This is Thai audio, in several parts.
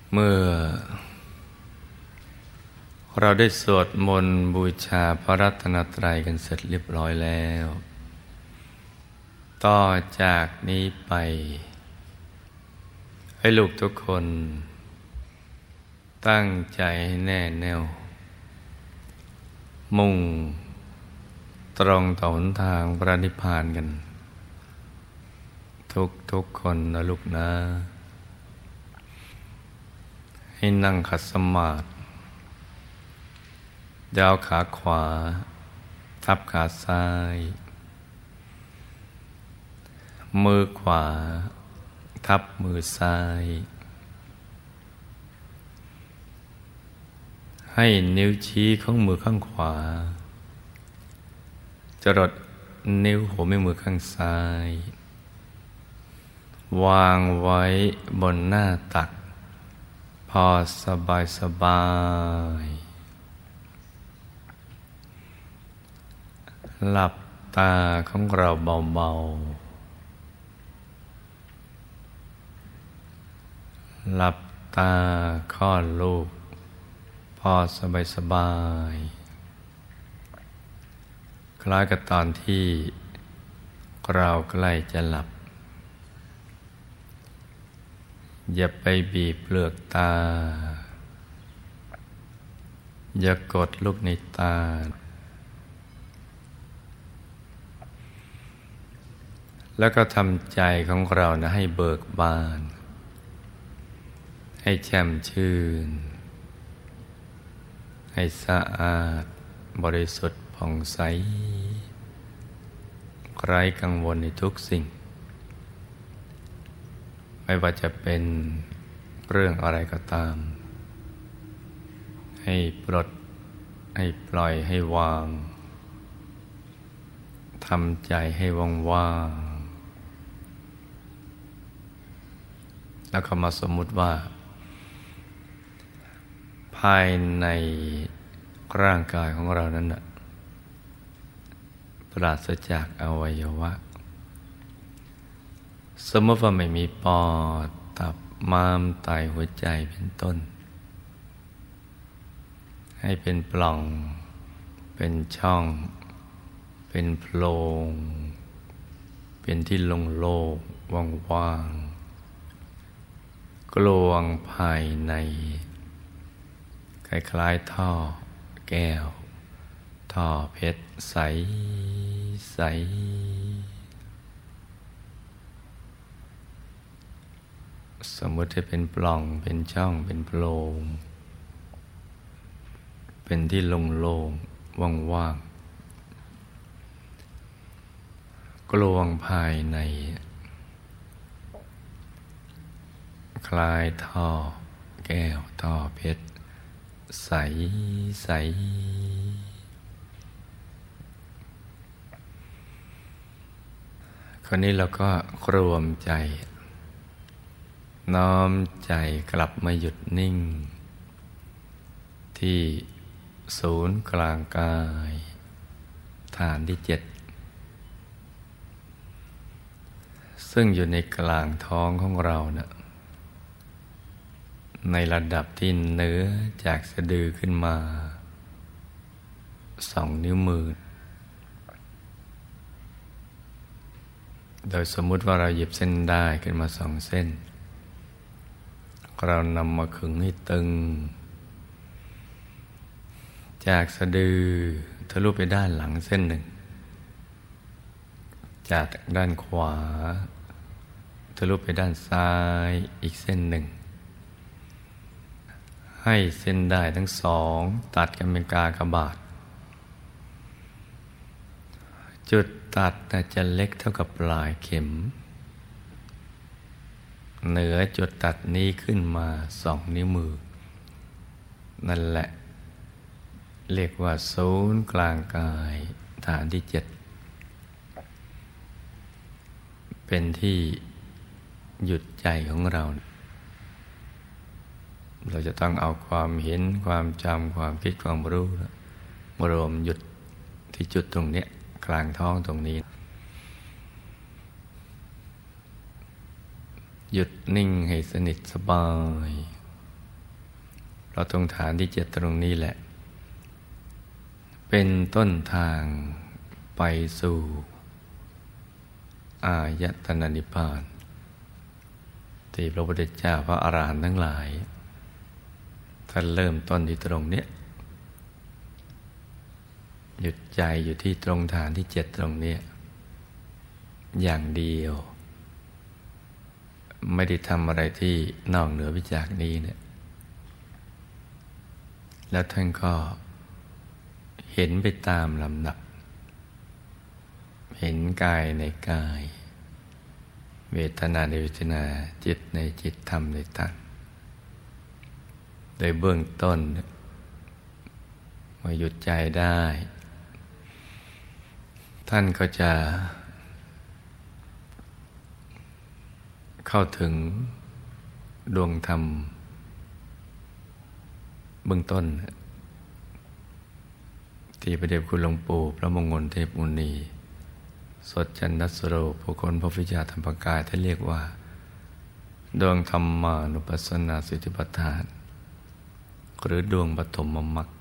เมื่อเราได้สวดมนต์บูชาพระรัตนตรัยกันเสร็จเรียบร้อยแล้วต่อจากนี้ไปให้ลูกทุกคนตั้งใจให้แน่แน่วมุ่งตรงต่อหนทางพระนิพพานกันทุกคนนะลูกนะให้นั่งขัดสมาธิยาวขาขวาทับขาซ้ายมือขวาทับมือซ้ายให้นิ้วชี้ของมือข้างขวาจรดนิ้วหัวแม่มือข้างซ้ายวางไว้บนหน้าตักพอสบายหลับตาของเราเบาๆหลับตาคลอดลูกพอสบายคล้ายกับตอนที่เราใกล้จะหลับอย่าไปบีบเปลือกตาอย่ากดลูกในตาแล้วก็ทำใจของเรานะให้เบิกบานให้แช่มชื่นให้สะอาดบริสุทธิ์ผ่องใสไร้กังวลในทุกสิ่งไม่ว่าจะเป็นเรื่องอะไรก็ตามให้ปลดให้ปล่อยให้วางทำใจให้ว่างๆแล้วก็มาสมมุติว่าภายในร่างกายของเรานั้นน่ะปราศจากอวัยวะสมมติว่าไม่มีปอดตับม้ามไตหัวใจเป็นต้นให้เป็นปล่องเป็นช่องเป็นโพรงเป็นที่โล่งๆว่างๆกลวงภายในคล้ายๆท่อแก้วท่อเพชรใสสมมติให้เป็นปล่องเป็นช่องเป็นโพรงเป็นที่โล่งๆว่างๆกลวงภายในคล้ายท่อแก้วท่อเพชรใสคราวนี้เราก็รวมใจน้อมใจกลับมาหยุดนิ่งที่ศูนย์กลางกายฐานที่7ซึ่งอยู่ในกลางท้องของเรานะในระดับที่เหนือจากสะดือขึ้นมา2 นิ้วมือโดยสมมุติว่าเราหยิบเส้นด้ายขึ้นมา2 เส้นเรานำมาขึงให้ตึงจากสะดือทะลุไปด้านหลังเส้นหนึ่งจากด้านขวาทะลุไปด้านซ้ายอีกเส้นหนึ่งให้เส้นด้ายทั้ง2ตัดกันเป็นกากบาทจุดตัดจะเล็กเท่ากับปลายเข็มเหนือจุดตัดนี้ขึ้นมา2 นิ้วมือนั่นแหละเรียกว่าศูนย์กลางกายฐานที่7เป็นที่หยุดใจของเราเราจะต้องเอาความเห็นความจำความคิดความรู้มารวมหยุดที่จุดตรงนี้กลางท้องตรงนี้ หยุดนิ่งให้สนิทสบายราะตรงฐานที่7ตรงนี้แหละเป็นต้นทางไปสู่อายตนะนิพพานที่พระพุทธเจ้าพระอรหันต์ทั้งหลายท่านเริ่มต้นที่ตรงเนี้ยหยุดใจอยู่ที่ตรงฐานที่7ตรงเนี้ยอย่างเดียวไม่ได้ทำอะไรที่นอกเหนือไปจากนี้เนี่ยแล้วท่านก็เห็นไปตามลำดับเห็นกายในกายเวทนาในเวทนาจิตในจิตธรรมในธรรมโดยเบื้องต้นมาหยุดใจได้ท่านก็จะเข้าถึงดวงธรรมเบื้องต้นที่พระเดชคุณหลวงปู่พระมงคลเทพมุนีสดจันทสโรผู้คนพระวิชาธรรมกายท่านเรียกว่าดวงธรรมานุปัสสนาสติปัฏฐานหรือดวงปฐมมรรค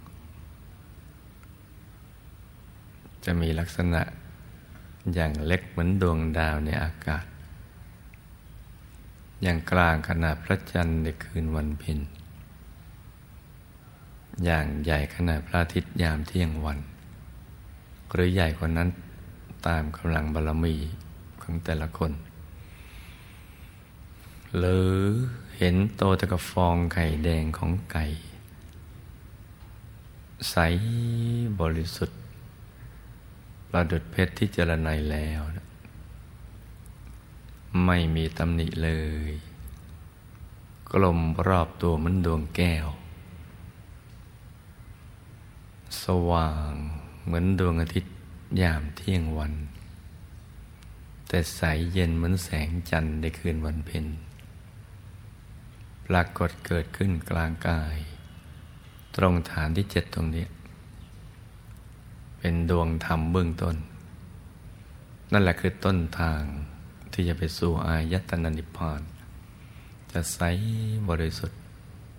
จะมีลักษณะอย่างเล็กเหมือนดวงดาวในอากาศอย่างกลางขนาดพระจันทร์ในคืนวันเพ็ญอย่างใหญ่ขนาดพระอาทิตย์ยามเที่ยงวันหรือใหญ่กว่านั้นตามกำลังบารมีของแต่ละคนหรือเห็นโตแต่กับฟองไข่แดงของไก่ใสบริสุทธิ์ประดุจเพชรที่เจรไนแล้วไม่มีตำหนิเลยกลมรอบตัวเหมือนดวงแก้วสว่างเหมือนดวงอาทิตย์ยามเที่ยงวันแต่ใสเย็นเหมือนแสงจันทร์ในคืนวันเพ็ญปรากฏเกิดขึ้นกลางกายตรงฐานที่7ตรงนี้เป็นดวงธรรมเบื้องต้นนั่นแหละคือต้นทางที่จะไปสู่อายตนะนิพพานจะใสบริสุทธิ์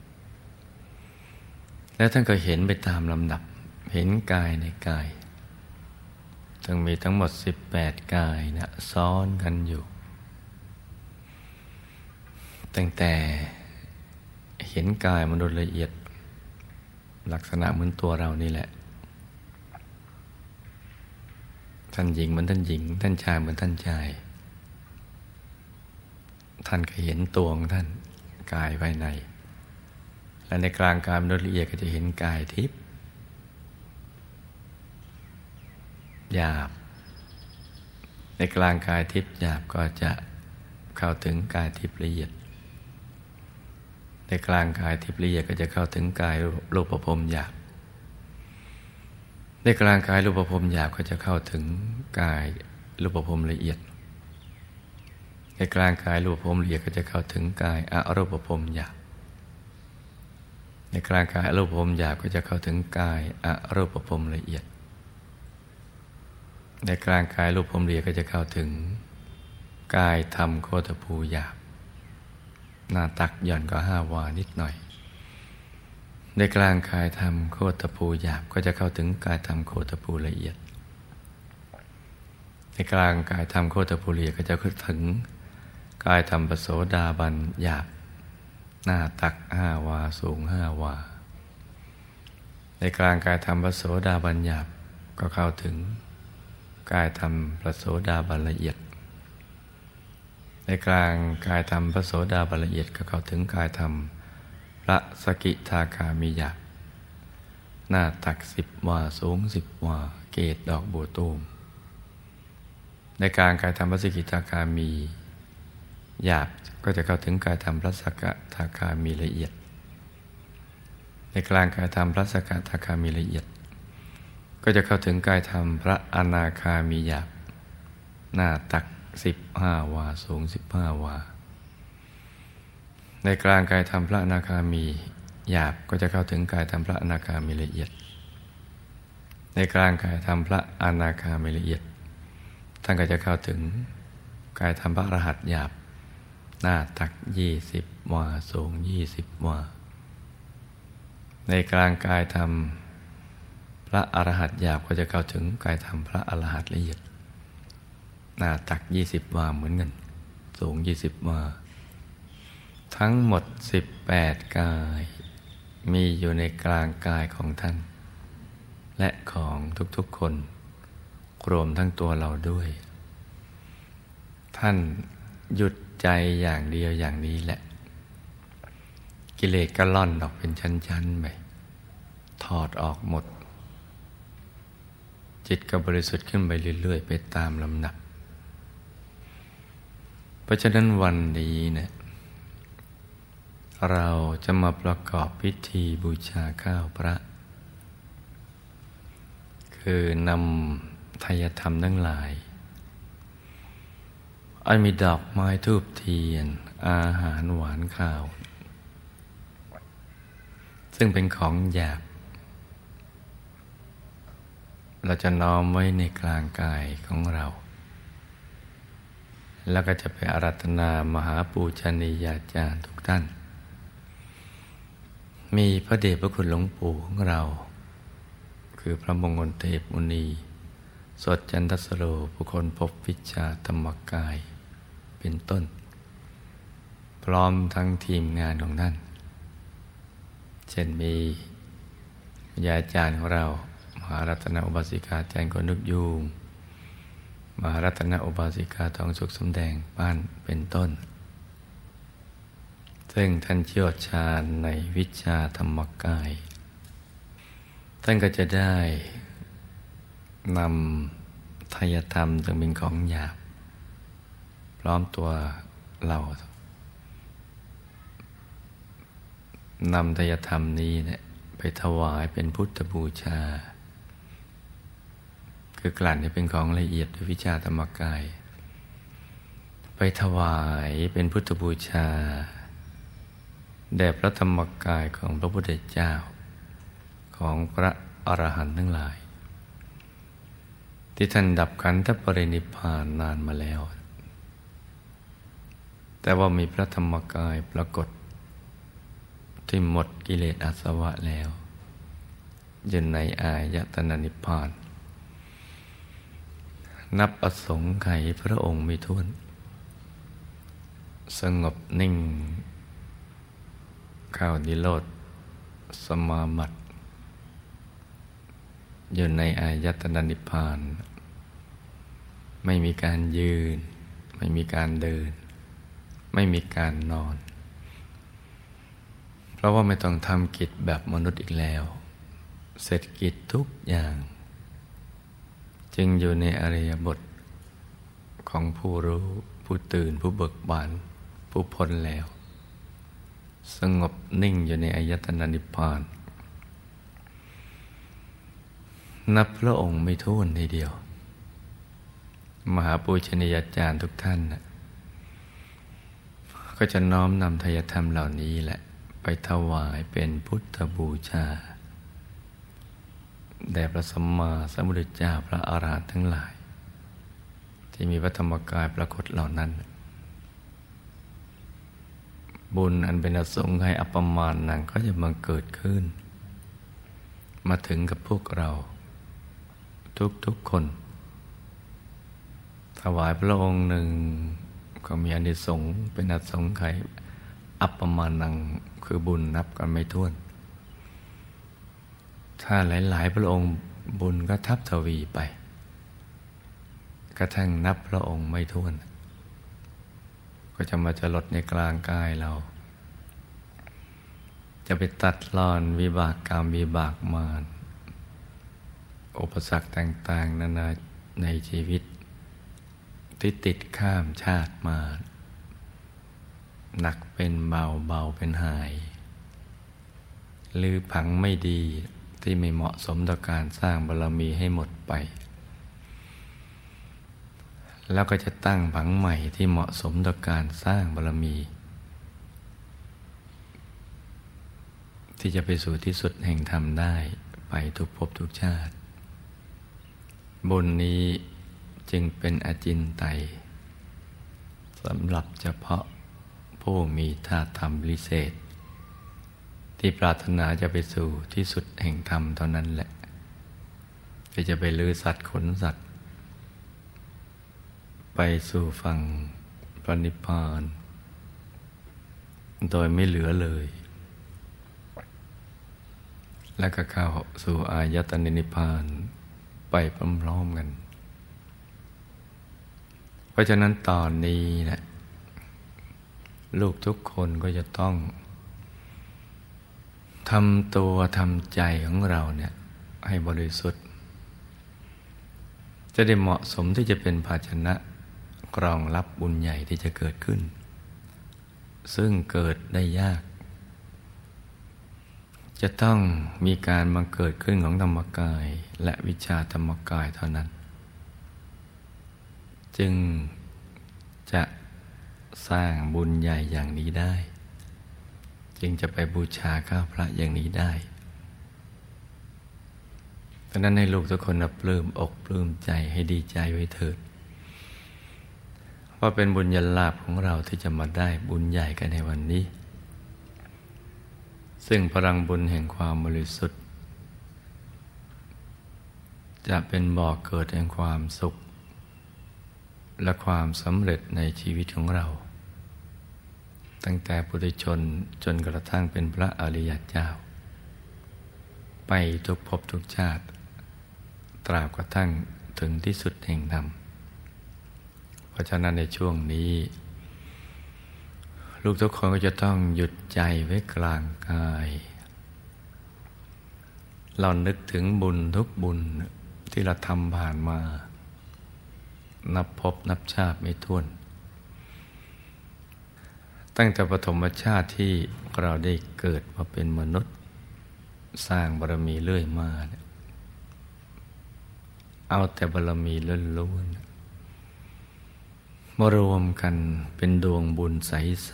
แล้วท่านก็เห็นไปตามลำดับเห็นกายในกายจึงมีทั้งหมด18กายนะซ้อนกันอยู่ตั้งแต่เห็นกายมนุษย์ละเอียดลักษณะเหมือนตัวเรานี่แหละท่านหญิงเหมือนท่านหญิงท่านชายเหมือนท่านชายท่านก็เห็นตัวของท่านกายภายในและในกลางกายมนุษย์ละเอียดก็จะเห็นกายทิพย์หยาบในกลางกายทิพย์หยาบก็จะเข้าถึงกายทิพย์ละเอียดในกลางกายทิพย์ละเอียดก็จะเข้าถึงกายรูปภพหยาบในกลางกายรูปภพหยาบก็จะเข้าถึงกายรูปภพละเอียดในกลางกายรูปภพละเอียดก็จะเข้าถึงกายอรูปภพหยาบในกลางกายอรูปภพหยาบก็จะเข้าถึงกายอรูปภพละเอียดในกลางกายรูปภพละเอียดก็จะเข้าถึงกายธรรมโคตภูหยาบหน้าตักหย่อนก็5 วานิดหน่อยในกลางกายธรรมโคตภูหยาบก็จะเข้าถึงกายธรรมโคตภูละเอียดในกลางกายธรรมโคตภูละเอียดก็จะเข้าถึงกายธรรมปโสดาบันหยาบหน้าตัก5 วาสูง5 วาในกลางกายธรรมปโสดาบันหยาบก็เข้าถึงกายธรรมปโสดาบันละเอียดในกลางกายธรรมพระโสดาบันละเอียดก็เข้าถึงกายธรรมพระสกิทาคามีหยาบหน้าตัก10 วาสูง10 วาเกศดอกบัวตูมในกลางกายธรรมพระสกิทาคามีหยาบก็จะเข้าถึงกายธรรมพระสกทาคามีละเอียดในกลางกายธรรมพระสกทาคามีละเอียดก็จะเข้าถึงกายธรรมพระอนาคามีหยาบหน้าตัก15 วาสูง15 วาในกลางกายธรรมพระอนาคามีหยาบก็จะเข้าถึงกายธรรมพระอนาคามีละเอียดในกลางกายธรรมพระอนาคามีละเอียดท่านก็จะเข้าถึงกายธรรมพระอรหันต์หยาบหน้าตัก20 วาสูง20 วาในกลางกายธรรมพระอรหันต์หยาบก็จะเข้าถึงกายธรรมพระอรหันต์ละเอียดหน้าตัก20 วาเหมือนกันสูง20 วาทั้งหมด18 กายมีอยู่ในกลางกายของท่านและของทุกๆคนรวมทั้งตัวเราด้วย ท่านหยุดใจอย่างเดียวอย่างนี้แหละกิเลสก็ล่อนออกเป็นชั้นๆไปถอดออกหมดจิตก็บริสุทธิ์ขึ้นไปเรื่อยๆไปตามลำดับเพราะฉะนั้นวันนี้เนี่ยเราจะมาประกอบพิธีบูชาข้าวพระคือนำไทยธรรมทั้งหลายอันมีดอกไม้ธูปเทียนอาหารหวานข้าวซึ่งเป็นของหยาบเราจะน้อมไว้ในกลางกายของเราแล้วก็จะไปอาราธนามหาปูชนียาจารย์ทุกท่านมีพระเดชพระคุณหลวงปู่ของเราคือพระมงคลเทพมุนีสดจันทสโรผู้คนพบวิชาธรรมกายเป็นต้นพร้อมทั้งทีมงานของท่านเช่นมียาอาจารย์ของเรามหารัตนอุบาสิกาอาจารย์คนนึกยูงมหารัตนอุบาสิกาทองสุขสมแดงป้านเป็นต้นซึ่งท่านเชี่ยวชาญในวิชาธรรมกายท่านก็จะได้นำไทยธรรมซึ่งเป็นของหยาบพร้อมตัวเรานำไทยธรรมนี้เนี่ยไปถวายเป็นพุทธบูชาคือกลั่นให้เป็นของละเอียดด้วยวิชาธรรมกายไปถวายเป็นพุทธบูชาแด่พระธรรมกายของพระพุทธเจ้าของพระอรหันต์ทั้งหลายที่ท่านดับขันธปรินิพพานนานมาแล้วแต่ว่ามีพระธรรมกายปรากฏที่หมดกิเลสอาสวะแล้วอยู่ในอายตนะนิพพานนับอสงไขยพระองค์ไม่ถ้วนสงบนิ่งเข้านิโรธสมาบัติอยู่ในอายตนะนิพพานไม่มีการยืนไม่มีการเดินไม่มีการนอนเพราะว่าไม่ต้องทำกิจแบบมนุษย์อีกแล้วเสร็จกิจทุกอย่างจึงอยู่ในอริยบทของผู้รู้ผู้ตื่นผู้เบิกบานผู้พ้นแล้วสงบนิ่งอยู่ในอายตนะนิพพานนับพระองค์ไม่ถ้วนทีเดียวมหาปูชนียาจารย์ทุกท่านก็จะน้อมนำไทยธรรมเหล่านี้แหละไปถวายเป็นพุทธบูชาแด่พระสัมมาสัมพุทธเจ้าพระอรหันต์ทั้งหลายที่มีพระธรรมกายปรากฏเหล่านั้นบุญอันเป็นอสงไขยอัปปมาณนังก็จะบังเกิดขึ้นมาถึงกับพวกเราทุกๆคนถวายพระองค์หนึ่งก็มีอานิสงส์เป็นอสงไขยอัปปมาณนังคือบุญนับกันไม่ถ้วนถ้าหลายๆพระองค์บุญก็ทับทวีไปกระทั่งนับพระองค์ไม่ถ้วนก็จะมาจรดในกลางกายเราจะไปตัดรอนวิบากกรรมวิบากมารอุปสรรคต่างๆนานาในชีวิตที่ติดข้ามชาติมาหนักเป็นเบาเบาเป็นหายหรือผังไม่ดีที่ไม่เหมาะสมต่อการสร้างบารมีให้หมดไปแล้วก็จะตั้งผังใหม่ที่เหมาะสมต่อการสร้างบารมี ที่จะไปสู่ที่สุดแห่งธรรมได้ไปทุกภพทุกชาติบุญนี้จึงเป็นอจินไตยสำหรับเฉพาะผู้มีธาตุธรรมพิเศษที่ปรารถนาจะไปสู่ที่สุดแห่งธรรมเท่านั้นแหละที่จะไปลื้อสัตว์ขนสัตว์ไปสู่ฝั่งพระนิพพานโดยไม่เหลือเลยและก็เข้าสู่อายตนะนิพพานไปพร้อมๆกันเพราะฉะนั้นตอนนี้นะลูกทุกคนก็จะต้องทำตัวทำใจของเราเนี่ยให้บริสุทธิ์จะได้เหมาะสมที่จะเป็นภาชนะรองรับบุญใหญ่ที่จะเกิดขึ้นซึ่งเกิดได้ยากจะต้องมีการบังเกิดขึ้นของธรรมกายและวิชาธรรมกายเท่านั้นจึงจะสร้างบุญใหญ่อย่างนี้ได้จึงจะไปบูชาข้าพระอย่างนี้ได้ดังนั้นให้ลูกทุกคนปลื้มอกปลื้มใจให้ดีใจไว้เถิดว่าเป็นบุญญาลาภของเราที่จะมาได้บุญใหญ่กันในวันนี้ซึ่งพลังบุญแห่งความบริสุทธิ์จะเป็นบ่อเกิดแห่งความสุขและความสำเร็จในชีวิตของเราตั้งแต่ปุถุชนจนกระทั่งเป็นพระอริยเจ้าไปทุกภพทุกชาติตราบกระทั่งถึงที่สุดแห่งธรรมเพราะฉะนั้นในช่วงนี้ลูกทุกคนก็จะต้องหยุดใจไว้กลางกายเรานึกถึงบุญทุกบุญที่เราทำผ่านมานับภพนับชาติไม่ถ้วนตั้งแต่ปฐมชาติที่เราได้เกิดมาเป็นมนุษย์สร้างบารมีเรื่อยมาเนี่ยเอาแต่บารมีล้วนๆมารวมกันเป็นดวงบุญใส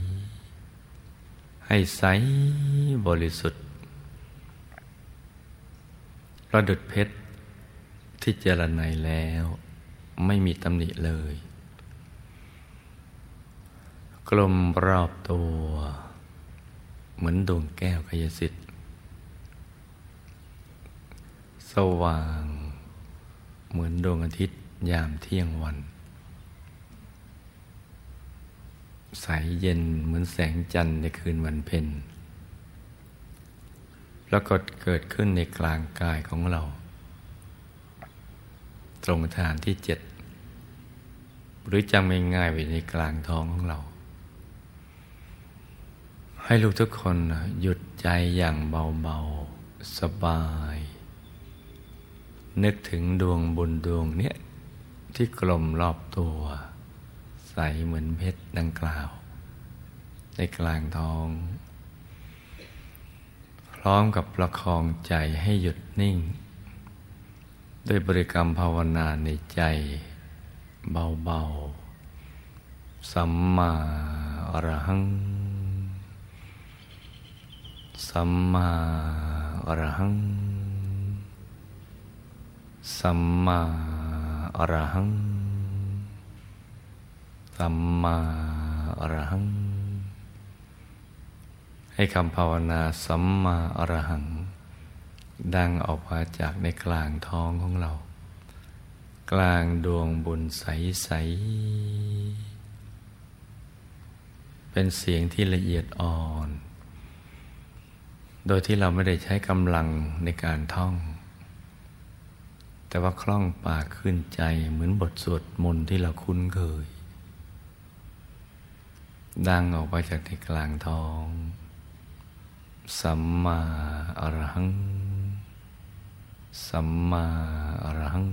ๆให้ใสบริสุทธิ์ประดุจเพชรที่เจรไนแล้วไม่มีตำหนิเลยกลมรอบตัวเหมือนดวงแก้วกายสิทธิ์สว่างเหมือนดวงอาทิตย์ยามเที่ยงวันใสเย็นเหมือนแสงจันทร์ในคืนวันเพ็ญปรากฏเกิดขึ้นในกลางกายของเราตรงฐานที่7หรือจำง่ายๆไว้ในกลางท้องของเราให้ลูกทุกคนหยุดใจอย่างเบาๆสบายนึกถึงดวงบุญดวงเนี้ยที่กลมรอบตัวใสเหมือนเพชรดังกล่าวในกลางท้องพร้อมกับประคองใจให้หยุดนิ่งด้วยบริกรรมภาวนาในใจเบาๆสัมมาอรหังสัมมาอรหังสัมมาอรหังสัมมาอรหังให้คำภาวนาสัมมาอรหังดังออกมาจากในกลางท้องของเรากลางดวงบุญใสๆเป็นเสียงที่ละเอียดอ่อนโดยที่เราไม่ได้ใช้กำลังในการท่องแต่ว่าคล่องปากขึ้นใจเหมือนบทสวดมนต์ที่เราคุ้นเคยดังออกไปจากในกลางท้องสัมมาอรหังสัมมาอรหัง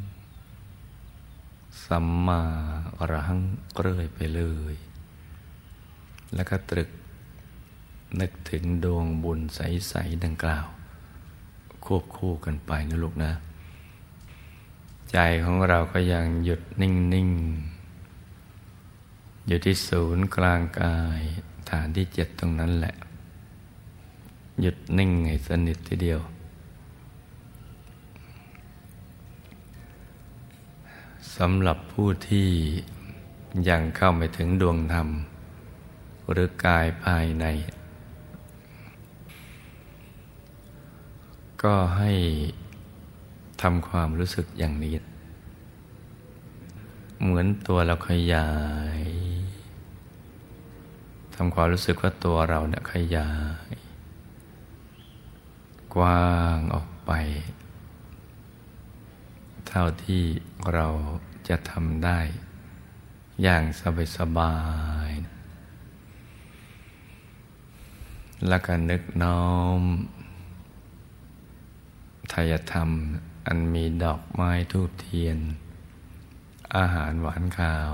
สัมมาอรหังเรื่อยไปเลยแล้วก็ตรึกนึกถึงดวงบุญใสๆดังกล่าวควบคู่กันไปนะลูกนะใจของเราก็ยังหยุดนิ่งๆอยู่ที่ศูนย์กลางกายฐานที่7ตรงนั้นแหละหยุดนิ่งให้สนิททีเดียวสำหรับผู้ที่ยังเข้าไม่ถึงดวงธรรมหรือกายภายในก็ให้ทำความรู้สึกอย่างนี้เหมือนตัวเราขยายทำความรู้สึกว่าตัวเราเนี่ยขยายกว้างออกไปเท่าที่เราจะทำได้อย่างสบายๆแล้วก็นึกน้อมไทยธรรมอันมีดอกไม้ธูปเทียนอาหารหวานข้าว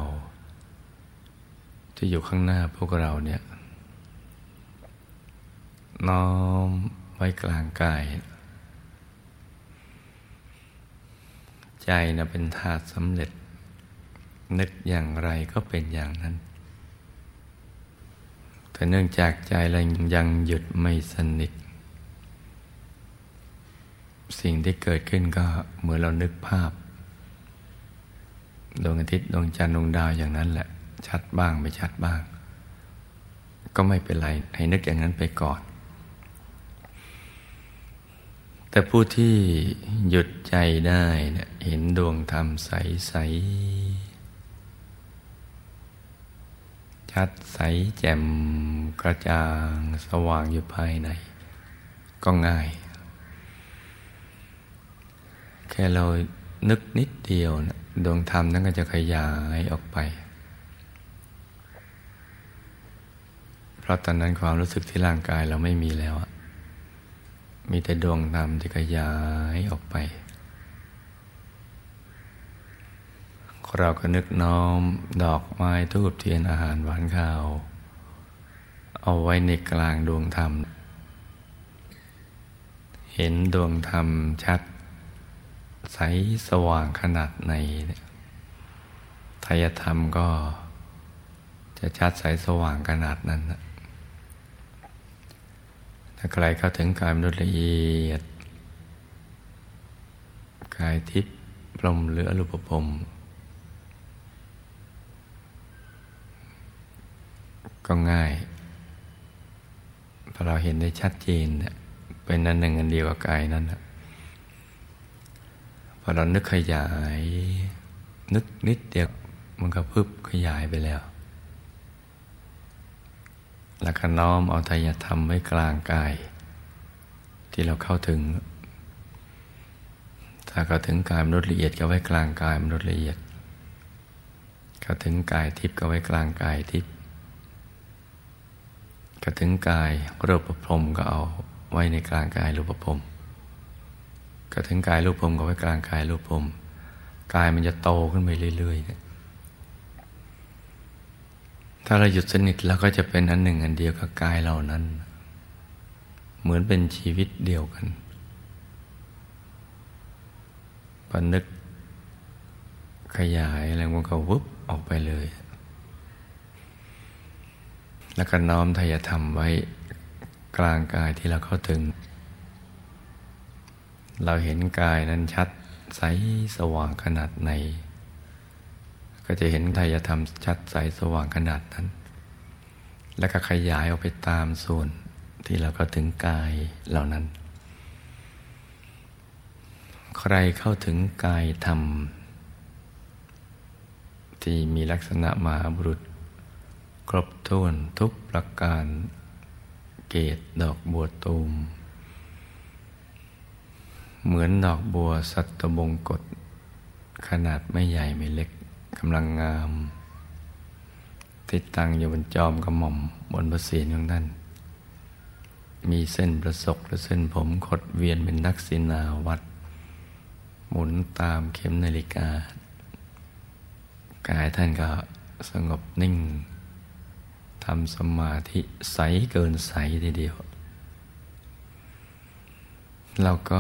ที่อยู่ข้างหน้าพวกเราเนี่ยน้อมไว้กลางกายใจนะเป็นธาตุสำเร็จนึกอย่างไรก็เป็นอย่างนั้นแต่เนื่องจากใจเรายังหยุดไม่สนิทสิ่งที่เกิดขึ้นก็เหมือนเรานึกภาพดวงอาทิตย์ดวงจันทร์ดวงดาวอย่างนั้นแหละชัดบ้างไม่ชัดบ้างก็ไม่เป็นไรให้นึกอย่างนั้นไปก่อนแต่ผู้ที่หยุดใจได้เนี่ยเห็นดวงธรรมใสๆชัดใสแจ่มกระจ่างสว่างอยู่ภายในก็ง่ายแค่เรานึกนิดเดียวนะดวงธรรมนั้นก็จะขยายออกไปเพราะตอนนั้นความรู้สึกที่ร่างกายเราไม่มีแล้วมีแต่ดวงธรรมที่ขยายออกไปเราก็นึกน้อมดอกไม้ธูปเทียนอาหารหวานข้าวเอาไว้ในกลางดวงธรรมเห็นดวงธรรมชัดใสสว่างขนาดไหนไตรธรรมก็จะชัดใสสว่างขนาดนั้นนะถ้าใครเข้าถึงกายมนุษย์ละเอียดกายทิพย์พรหมหรืออรูปพรหมก็ง่ายพอเราเห็นได้ชัดเจนเนี่ยเป็นนั้นหนึ่งอันเดียวกับกายนั้นนะพอเรานึกขยายนึกนิดเดียวมันก็พึบขยายไปแล้วแล้วก็น้อมเอาไตรธรรมไว้กลางกายที่เราเข้าถึงถ้าเข้าถึงกายมนุษย์ละเอียดก็ไว้กลางกายมนุษย์ละเอียดเข้าถึงกายทิพย์ก็ไว้กลางกายทิพย์เข้าถึงกายรูปพรหมก็เอาไว้ในกลางกายรูปพรหมเข้าถึงกายรูปพรหมก็ไว้กลางกายรูปพรหมกายมันจะโตขึ้นไปเรื่อยๆถ้าเราหยุดสนิทเราก็จะเป็นอันหนึ่งอันเดียวกับกายเรานั้นเหมือนเป็นชีวิตเดียวกันพอนึกขยายแล้วมันก็วุบออกไปเลยแล้วก็น้อมไตรธรรมไว้กลางกายที่เราเข้าถึงเราเห็นกายนั้นชัดใสสว่างขนาดไหนก็จะเห็นไตรธรรมชัดใสสว่างขนาดนั้นแล้วก็ขยายออกไปตามส่วนที่เราเข้าถึงกายเหล่านั้นใครเข้าถึงกายธรรมที่มีลักษณะมหาบุรุษครบถ้วนทุกประการเกศดอกบัวตูมเหมือนดอกบัวสัตบงกฎขนาดไม่ใหญ่ไม่เล็กกำลังงามติดตั้งอยู่บนจอมกระหม่อมบนพระศีรของท่านมีเส้นประศกและเส้นผมขดเวียนเป็นนักศินาวัดหมุนตามเข็มนาฬิกากายท่านก็สงบนิ่งทำสมาธิใสเกินใสทีเดียวเราก็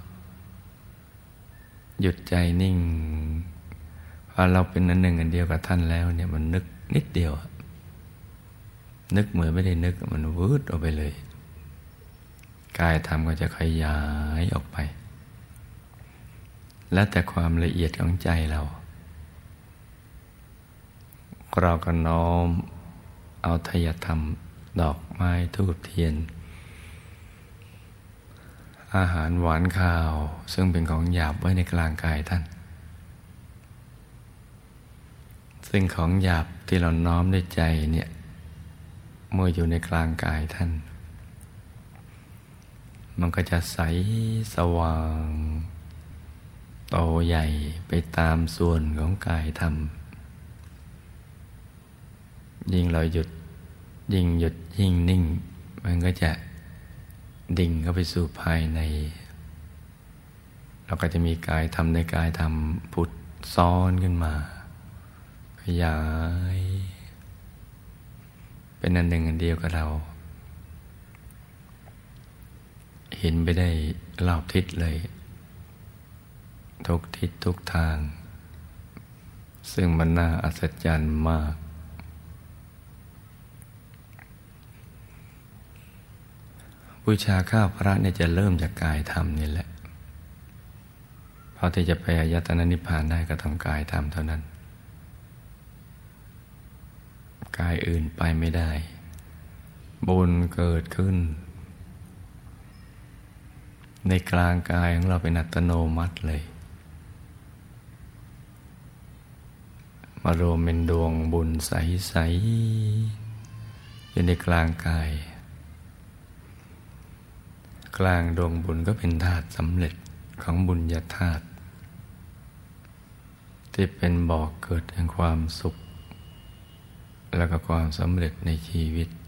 หยุดใจนิ่งพอเราเป็นอันหนึ่งอันเดียวกับท่านแล้วเนี่ยมันนึกนิดเดียวนึกเหมือนไม่ได้นึกมันวืดออกไปเลยกายธรรมก็จะขยายออกไปแล้วแต่ความละเอียดของใจเราก็น้อมเอาไตรธรรมดอกไม้ธูปเทียนอาหารหวานข้าวซึ่งเป็นของหยาบไว้ในกลางกายท่านซึ่งของหยาบที่เราน้อมด้วยใจเนี่ยเมื่ออยู่ในกลางกายท่านมันก็จะใสสว่างโตใหญ่ไปตามส่วนของกายธรรมยิ่งเราหยุดยิ่งนิ่งมันก็จะดิ่งเข้าไปสู่ภายในเราก็จะมีกายธรรมในกายธรรมผุดซ้อนขึ้นมาขยายเป็นอันหนึ่งอันเดียวกับเราเห็นไปได้รอบทิศเลยทุกทิศทุกทางซึ่งมันน่าอัศจรรย์มากบูชาข้าวพระเนี่ยจะเริ่มจากกายธรรมนี่แหละเพราะที่จะไปอายตนะนิพพานได้ก็ต้องกายธรรมเท่านั้นกายอื่นไปไม่ได้บุญเกิดขึ้นในกลางกายของเราเป็นอัตโนมัติเลยมารวมเป็นดวงบุญใสๆอยู่ในกลางกายกลางดวงบุญก็เป็นธาตุสำเร็จของบุญญาธาตุที่เป็นบ่อกเกิดแห่งความสุขแล้วก็ความสำเร็จในชีวิต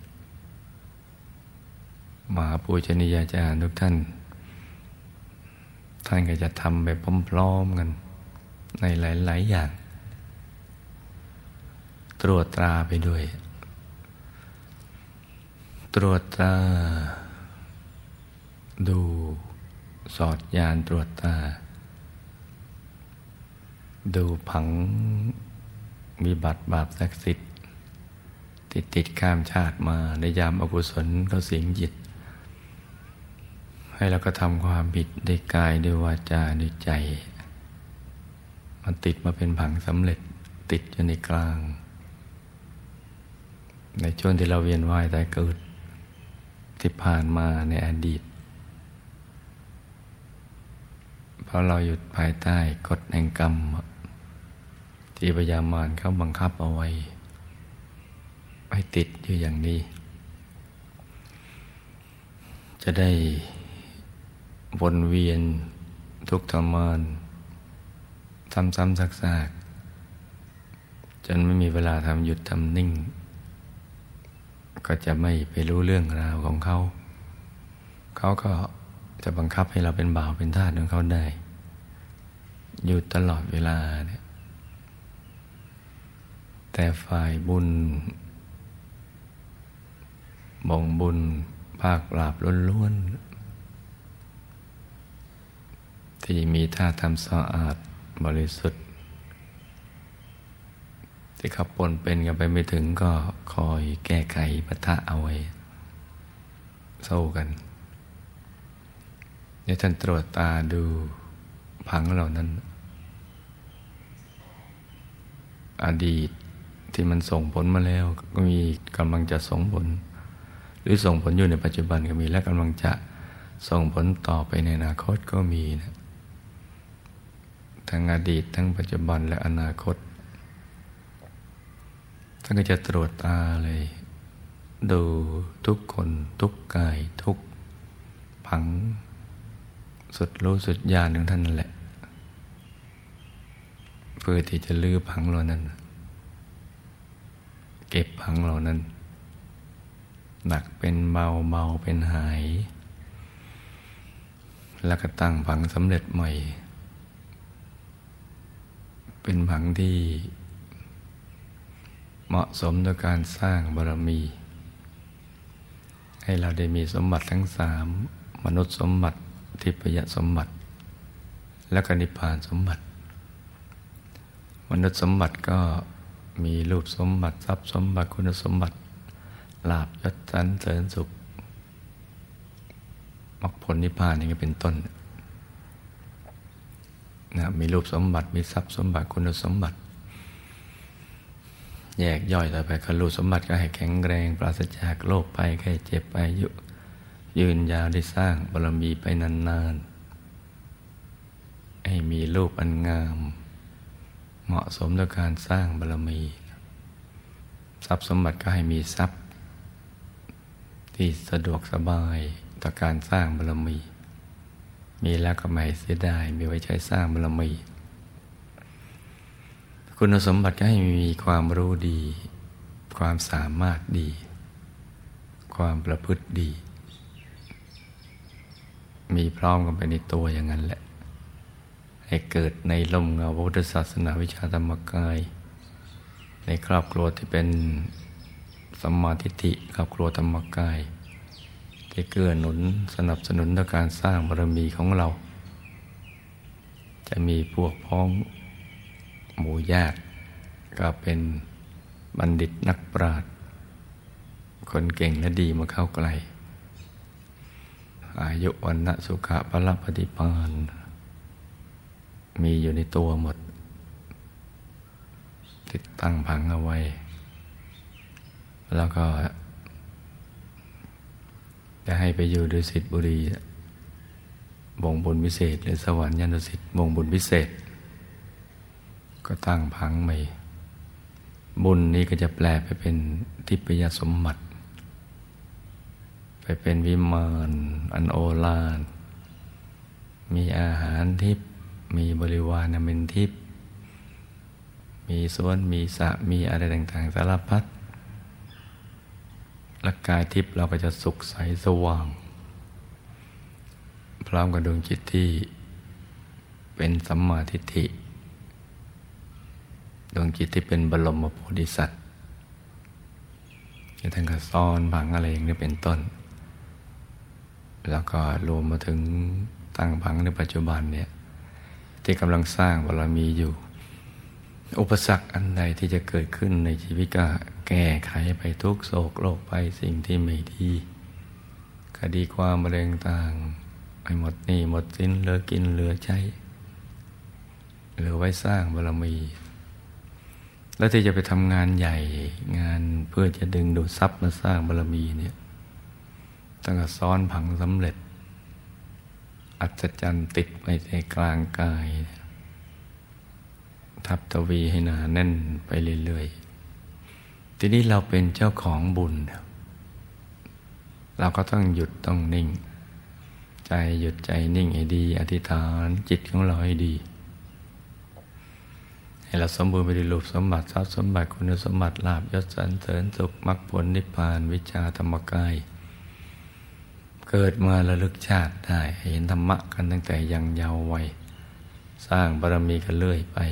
มหาปูชนียาจารย์ทุกท่านก็จะทำไปพร้อมๆกันในหลายๆอย่างตรวจตราไปด้วยตรวจตราดูสอดญาณตรวจตาดูผังวิบัติบาปศักดิ์สิทธิ์ติดข้ามชาติมาในยามอกุศลก็สิงจิตให้เราก็ทำความผิดด้วยกายด้วยวาจาด้วยใจมันติดมาเป็นผังสำเร็จติดอยู่ในกลางในช่วงที่เราเวียนว่ายตายเกิดที่ผ่านมาในอดีตเพราะเราอยู่ภายใต้กฎแห่งกรรมที่พยามารเขาบังคับเอาไว้ให้ติดอยู่อย่างนี้จะได้วนเวียนทุกข์ทรมานซ้ำๆซากๆจนไม่มีเวลาทำหยุดทำนิ่งก็จะไม่ไปรู้เรื่องราวของเขาก็จะบังคับให้เราเป็นบ่าวเป็นทาสของเขาได้อยู่ตลอดเวลาเนี่ยแต่ฝ่ายบุญบ่งบุญภาคปราบล้วนๆที่มีท่าทำสะอาดบริสุทธิ์ที่เขาปนเป็นกันไปไม่ถึงก็คอยแก้ไขปะทะเอาไว้สู้กันเดี๋ยวท่านตรวจตาดูผังเหล่านั้นอดีตที่มันส่งผลมาแล้วก็มีกำลังจะส่งผลหรือส่งผลอยู่ในปัจจุบันก็มีและกำลังจะส่งผลต่อไปในอนาคตก็มีนะทั้งอดีตทั้งปัจจุบันและอนาคตท่านก็จะตรวจตาเลยดูทุกคนทุกกายทุกผังสุดรู้สุดญาณของท่านนั่นแหละเพื่อที่จะลื้อผังเหล่านั้นเก็บผังเหล่านั้นหนักเป็นเบาเบาเป็นหายแล้วก็ตั้งผังสำเร็จใหม่เป็นผังที่เหมาะสมต่อการสร้างบารมีให้เราได้มีสมบัติทั้งสามมนุษย์สมบัติทิพยสมบัติและก็นิพพานสมบัติมนุษย์สมบัติก็มีรูปสมบัติทรัพย์สมบัติคุณสมบัติลาภยศสรรเสริญสุขมรรคผลนิพพานนี่ก็เป็นต้นนะมีรูปสมบัติมีทรัพย์สมบัติคุณสมบัติแยกย่อยต่อไปคือรูปสมบัติก็ให้แข็งแรงปราศจากโรคภัยไข้เจ็บอายุยืนยาวได้สร้างบารมีไปนานๆให้มีรูปอันงามเหมาะสมต่อการสร้างบารมีทรัพย์สมบัติก็ให้มีทรัพย์ที่สะดวกสบายต่อการสร้างบารมีมีแล้วก็ไม่เสียดายมีไว้ใช้สร้างบารมีคุณสมบัติก็ให้มีความรู้ดีความสามารถดีความประพฤติดีมีพร้อมกันไปในตัวอย่างนั้นแหละให้เกิดในร่มเงาพระพุทธศาสนาวิชาธรรมกายในครอบครัวที่เป็นสัมมาทิฏฐิครอบครัวธรรมกายที่เกื้อหนุนสนับสนุนต่อการสร้างบารมีของเราจะมีพวกพ้องหมู่ญาติก็เป็นบัณฑิตนักปราชญ์คนเก่งและดีมาเข้าใกล้อายุวันนะสุขะพละปฏิภาณมีอยู่ในตัวหมดติดตั้งผังเอาไว้แล้วก็จะให้ไปอยู่ดุสิตบุรีวงบุญวิเศษหรือสวรรค์ยานดุสิตวงบุญวิเศษก็ตั้งผังใหม่บุญนี้ก็จะแปลไปเป็นทิพยสมบัติไปเป็นวิมานอันโอฬารมีอาหารทิพย์มีบริวารอันเป็นทิพย์มีสวนมีสระมีอะไรต่างๆสารพัดร่างกายทิพย์เราก็จะสุขใสสว่างพร้อมกับดวงจิตที่เป็นสัมมาทิฏฐิดวงจิตที่เป็นบรมโพธิสัตว์ที่ท่านก็ซ่อนผังอะไรอย่างนี้เป็นต้นแล้วก็รวมมาถึงตั้งผังในปัจจุบันเนี่ยที่กำลังสร้างบารมีอยู่อุปสรรคอันใดที่จะเกิดขึ้นในชีวิตก็แก้ไขไปทุกโศกโรคไปสิ่งที่ไม่ดีคดีความมะเร็งต่างให้หมดหนี้หมดสินเหลือกินเหลือใช้เหลือไว้สร้างบารมีแล้วที่จะไปทำงานใหญ่งานเพื่อจะดึงดูดทรัพย์มาสร้างบารมีเนี่ยตั้งแต่ซ้อนผังสำเร็จอัศจรรย์ติดไปในกลางกายทับทวีให้หนาแน่นไปเรื่อยๆทีนี้เราเป็นเจ้าของบุญเราก็ต้องหยุดต้องนิ่งใจหยุดใจนิ่งให้ดีอธิษฐานจิตของเราให้ดีให้เราสมบูรณ์ไปด้วยรูปสมบัติทรัพย์สมบัติคุณสมบัติลาภยศสรรเสริญสุขมรรคผลนิพพานวิชาธรรมกายเกิดมาระลึกชาติได้เห็นธรรมะกันตั้งแต่ยังเยาว์วัยสร้างบารมีกันเรื่อยไป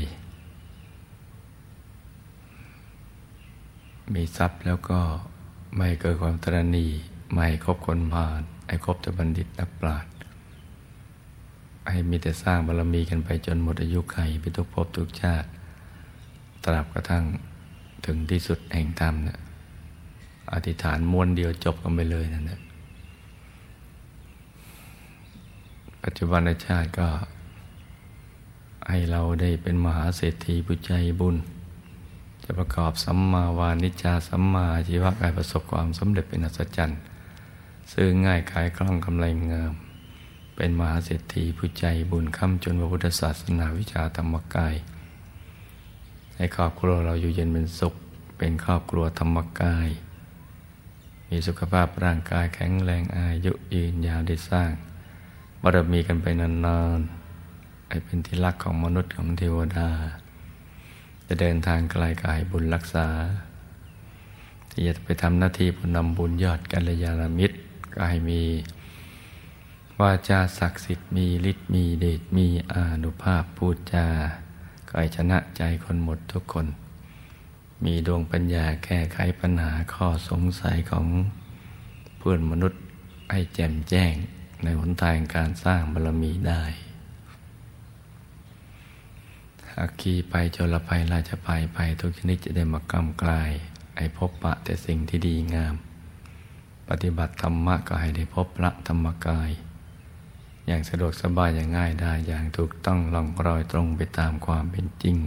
มีทรัพย์แล้วก็ไม่เกิดความตระหนี่ไม่คบคนพาลให้คบแต่บัณฑิตนักปราชญ์ให้มีแต่สร้างบารมีกันไปจนหมดอายุขัยไปทุกภพทุกชาติตราบกระทั่งถึงที่สุดแห่งธรรมเนี่ยอธิษฐานม้วนเดียวจบกันไปเลยนั่นแหละปัจจุบันชาติก็ให้เราได้เป็นมหาเศรษฐีผู้ใจบุญจะประกอบสัมมาวานิจจาสัมมาอาชีวะกายประสบความสำเร็จเป็นอัศจรรย์ซื้อง่ายขายคล่องกำไรงามเป็นมหาเศรษฐีผู้ใจบุญค้ำจนพระพุทธศาสนาวิชาธรรมกายให้ครอบครัวเราอยู่เย็นเป็นสุขเป็นครอบครัวธรรมกายมีสุขภาพร่างกายแข็งแรงอายุยืนยาวได้สร้างบารมีกันไปนานๆให้เป็นที่รักของมนุษย์ของเทวดาจะเดินทางไกลกายบุญรักษาที่จะไปทำหน้าที่ผู้นำบุญยอดกัลยาณมิตรก็ให้มีวาจาศักดิ์สิทธิ์มีฤทธิ์มีเดชมีอานุภาพพูดจาก็ให้ชนะใจคนหมดทุกคนมีดวงปัญญาแก้ไขปัญหาข้อสงสัยของเพื่อนมนุษย์ให้แจ่มแจ้งในหนทางการสร้างบารมีได้อัคคีไปโจรภัยราชภัยภัยทุกชนิดจะได้มากำกลายให้พบปะแต่สิ่งที่ดีงามปฏิบัติธรรมะก็ให้ได้พบพระธรรมกายอย่างสะดวกสบายอย่างง่ายได้อย่างถูกต้องล่องรอยตรงไปตามความเป็นจริง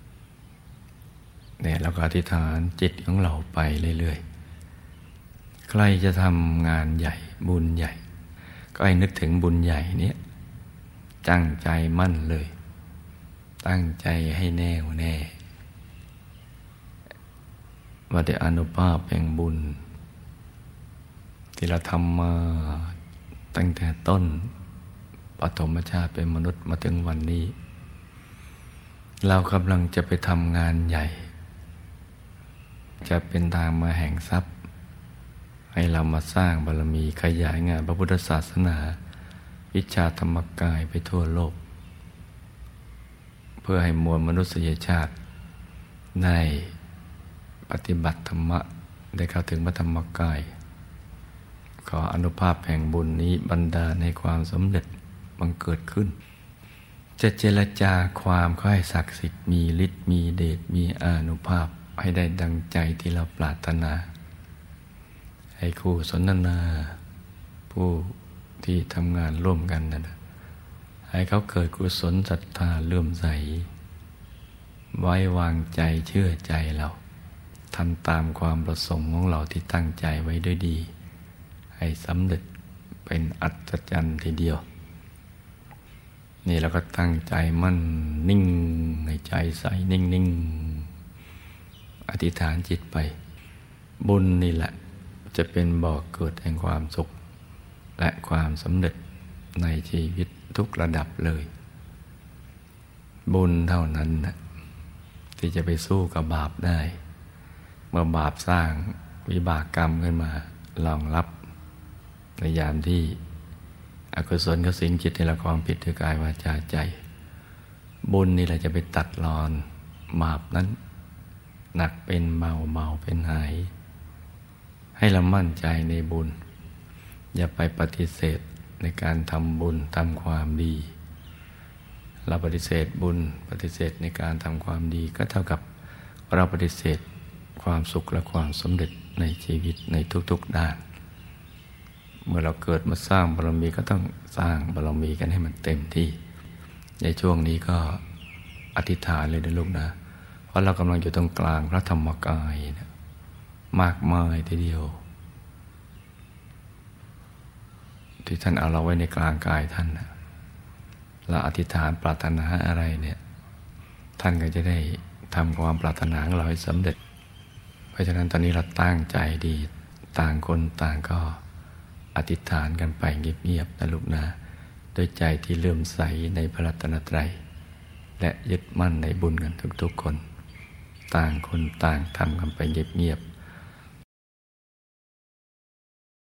เนี่ยเราก็อธิษฐานจิตของเราไปเรื่อยๆรจะทำงานใหญ่บุญใหญ่ก็ให้นึกถึงบุญใหญ่เนี้ยตั้งใจมั่นเลยตั้งใจให้แน่วแน่ว่าได้อานุภาพแห่งบุญที่เราทำมาตั้งแต่ต้นปฐมชาติเป็นมนุษย์มาถึงวันนี้เรากำลังจะไปทำงานใหญ่จะเป็นทางมาแห่งทรัพย์ให้เรามาสร้างบารมีขยายงานพระพุทธศาสนาวิชาธรรมกายไปทั่วโลกเพื่อให้มวลมนุษยชาติได้ปฏิบัติธรรมะได้เข้าถึงพระธรรมกายขออนุภาพแห่งบุญนี้บันดาลให้ความสำเร็จบังเกิดขึ้นจะเจรจาความขอให้ศักดิ์สิทธิ์มีฤทธิ์มีเดชมีอานุภาพให้ได้ดังใจที่เราปรารถนาให้คู่สนทนาผู้ที่ทำงานร่วมกันนะให้เขาเกิดกุศลศรัทธาเลื่อมใสไว้วางใจเชื่อใจเราทำตามความประสงค์ของเราที่ตั้งใจไว้ด้วยดีให้สำเร็จเป็นอัศจรรย์ทีเดียวนี่เราก็ตั้งใจมั่นนิ่งให้ใจใสนิ่งๆอธิษฐานจิตไปบุญนี่แหละจะเป็นบ่อเกิดแห่งความสุขและความสำเร็จในชีวิตทุกระดับเลยบุญเท่านั้นนะที่จะไปสู้กับบาปได้เมื่อบาปสร้างวิบากกรรมขึ้นมารองรับในยามที่อกุศลก็สิงจิตในละความผิดด้วยกายวาจาใจบุญนี่แหละจะไปตัดรอนบาปนั้นหนักเป็นเบาเบาเป็นหายให้เรามั่นใจในบุญอย่าไปปฏิเสธในการทำบุญทำความดีเราปฏิเสธบุญปฏิเสธในการทำความดีก็เท่ากับเราปฏิเสธความสุขและความสำเร็จในชีวิตในทุกๆด้านเมื่อเราเกิดมาสร้างบารมีก็ต้องสร้างบารมีกันให้มันเต็มที่ในช่วงนี้ก็อธิษฐานเลยนะลูกนะเพราะเรากำลังอยู่ตรงกลางพระธรรมกายนะมากมายทีเดียวที่ท่านเอาเราไว้ในกลางกายท่านนะเราอธิษฐานปรารถนาอะไรเนี่ยท่านก็จะได้ทำความปรารถนาของเราให้สำเร็จเพราะฉะนั้นตอนนี้เราตั้งใจดีต่างคนต่างก็อธิษฐานกันไปเงียบๆนะลูกนะด้วยใจที่เลื่อมใสในพระรัตนตรัยและยึดมั่นในบุญกันทุกๆคนต่างคนต่างทำกันไปเงียบๆ